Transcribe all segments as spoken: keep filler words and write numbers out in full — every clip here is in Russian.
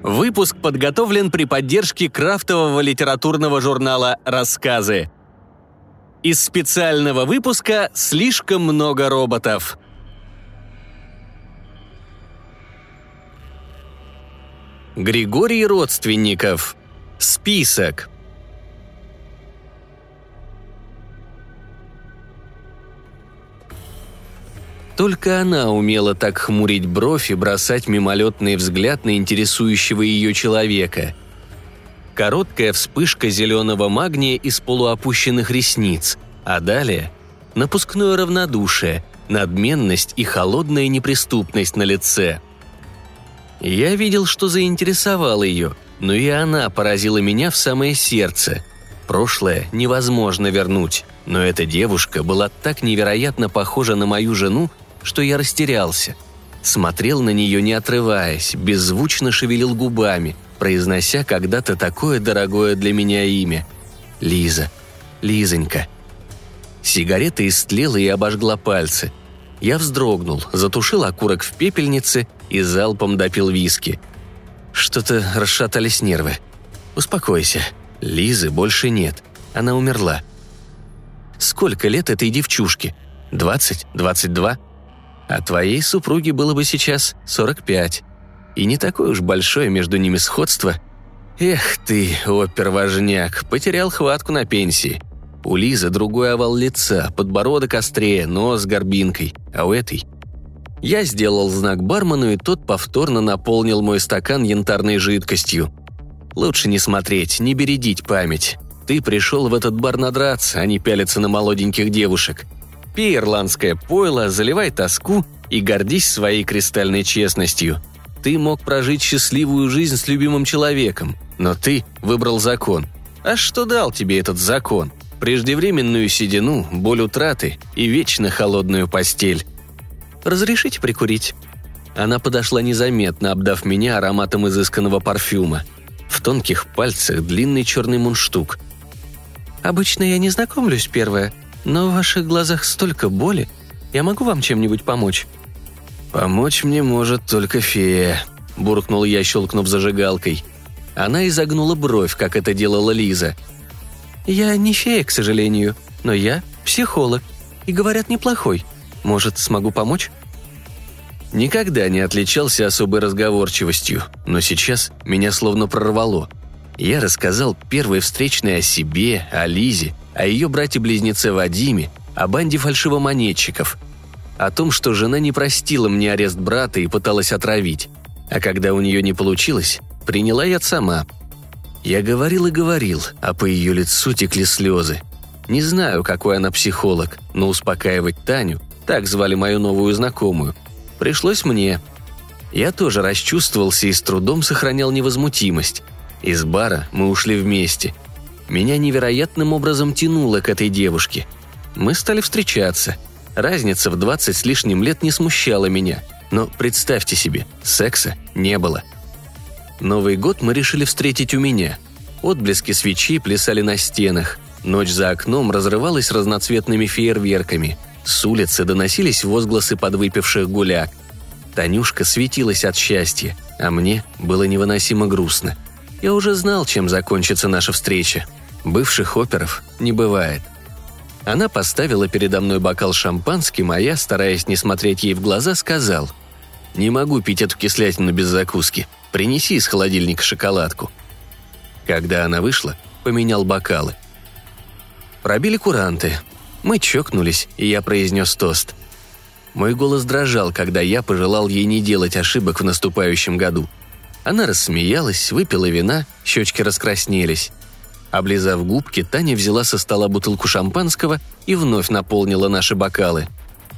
Выпуск подготовлен при поддержке крафтового литературного журнала «Рассказы». Из специального выпуска «Слишком много роботов». Григорий Родственников. Список. Только она умела так хмурить бровь и бросать мимолетный взгляд на интересующего ее человека. Короткая вспышка зеленого магния из полуопущенных ресниц, а далее – напускное равнодушие, надменность и холодная неприступность на лице. Я видел, что заинтересовал ее, но и она поразила меня в самое сердце. Прошлое невозможно вернуть, но эта девушка была так невероятно похожа на мою жену, что я растерялся. Смотрел на нее, не отрываясь, беззвучно шевелил губами, произнося когда-то такое дорогое для меня имя. Лиза. Лизонька. Сигарета истлела и обожгла пальцы. Я вздрогнул, затушил окурок в пепельнице и залпом допил виски. Что-то расшатались нервы. Успокойся. Лизы больше нет. Она умерла. Сколько лет этой девчушке? Двадцать? Двадцать два? А твоей супруге было бы сейчас сорок пять. И не такое уж большое между ними сходство. Эх ты, опер-важняк, потерял хватку на пенсии. У Лизы другой овал лица, подбородок острее, нос с горбинкой. А у этой... Я сделал знак бармену, и тот повторно наполнил мой стакан янтарной жидкостью. Лучше не смотреть, не бередить память. Ты пришел в этот бар надраться, а не пялиться на молоденьких девушек. Пей ирландское пойло, заливай тоску и гордись своей кристальной честностью. Ты мог прожить счастливую жизнь с любимым человеком, но ты выбрал закон. А что дал тебе этот закон? Преждевременную седину, боль утраты и вечно холодную постель. «Разрешите прикурить?» Она подошла незаметно, обдав меня ароматом изысканного парфюма. В тонких пальцах длинный черный мундштук. «Обычно я не знакомлюсь первая, но в ваших глазах столько боли. Я могу вам чем-нибудь помочь?» «Помочь мне может только фея», – буркнул я, щелкнув зажигалкой. Она изогнула бровь, как это делала Лиза. «Я не фея, к сожалению, но я психолог. И, говорят, неплохой. Может, смогу помочь?» Никогда не отличался особой разговорчивостью, но сейчас меня словно прорвало. Я рассказал первой встречной о себе, о Лизе, о ее брате-близнеце Вадиме, о банде фальшивомонетчиков, о том, что жена не простила мне арест брата и пыталась отравить, а когда у нее не получилось, приняла яд сама. Я говорил и говорил, а по ее лицу текли слезы. Не знаю, какой она психолог, но успокаивать Таню, так звали мою новую знакомую, пришлось мне. Я тоже расчувствовался и с трудом сохранял невозмутимость. Из бара мы ушли вместе. Меня невероятным образом тянуло к этой девушке. Мы стали встречаться. Разница в двадцать с лишним лет не смущала меня. Но представьте себе, секса не было. Новый год мы решили встретить у меня. Отблески свечей плясали на стенах. Ночь за окном разрывалась разноцветными фейерверками. С улицы доносились возгласы подвыпивших гуляк. Танюшка светилась от счастья, а мне было невыносимо грустно. Я уже знал, чем закончится наша встреча. Бывших оперов не бывает. Она поставила передо мной бокал шампанским, а я, стараясь не смотреть ей в глаза, сказал: «Не могу пить эту кислятину без закуски. Принеси из холодильника шоколадку». Когда она вышла, поменял бокалы. Пробили куранты. Мы чокнулись, и я произнес тост. Мой голос дрожал, когда я пожелал ей не делать ошибок в наступающем году. Она рассмеялась, выпила вина, щечки раскраснелись. Облизав губки, Таня взяла со стола бутылку шампанского и вновь наполнила наши бокалы.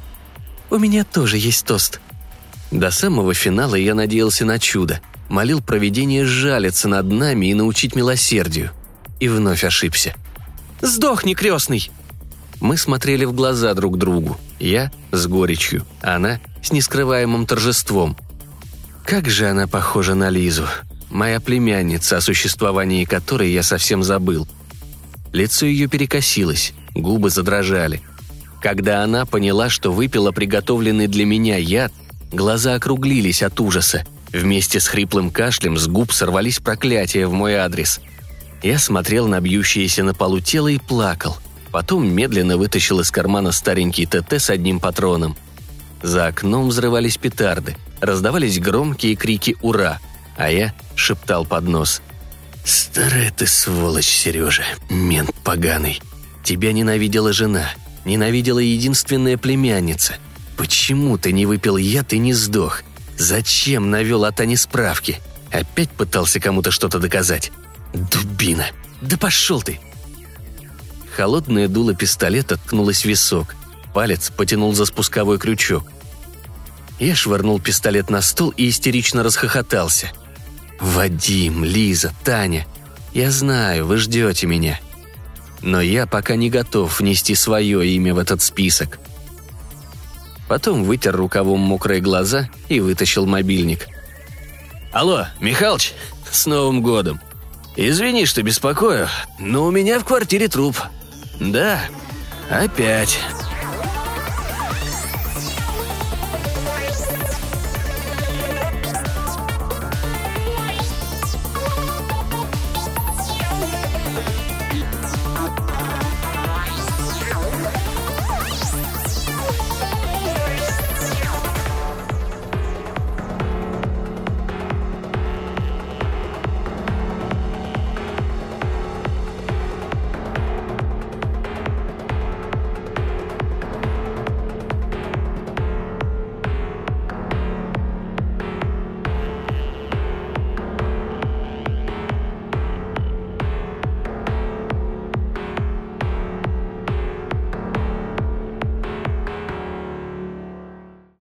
«У меня тоже есть тост». До самого финала я надеялся на чудо, молил провидение сжалиться над нами и научить милосердию. И вновь ошибся. «Сдохни, крестный!» Мы смотрели в глаза друг другу. Я с горечью, она с нескрываемым торжеством. Как же она похожа на Лизу, моя племянница, о существовании которой я совсем забыл. Лицо ее перекосилось, губы задрожали. Когда она поняла, что выпила приготовленный для меня яд, глаза округлились от ужаса. Вместе с хриплым кашлем с губ сорвались проклятия в мой адрес. Я смотрел на бьющееся на полу тело и плакал. Потом медленно вытащил из кармана старенький ТТ с одним патроном. За окном взрывались петарды, раздавались громкие крики «Ура!», а я шептал под нос: «Старая ты сволочь, Сережа, мент поганый. Тебя ненавидела жена, ненавидела единственная племянница. Почему ты не выпил яд и не сдох? Зачем навел о Тане справки? Опять пытался кому-то что-то доказать? Дубина! Да пошел ты!» Холодное дуло пистолета ткнулось в висок. Палец потянул за спусковой крючок. Я швырнул пистолет на стол и истерично расхохотался. «Вадим, Лиза, Таня, я знаю, вы ждете меня. Но я пока не готов внести свое имя в этот список». Потом вытер рукавом мокрые глаза и вытащил мобильник. «Алло, Михалыч, с Новым годом! Извини, что беспокою, но у меня в квартире труп. Да, опять».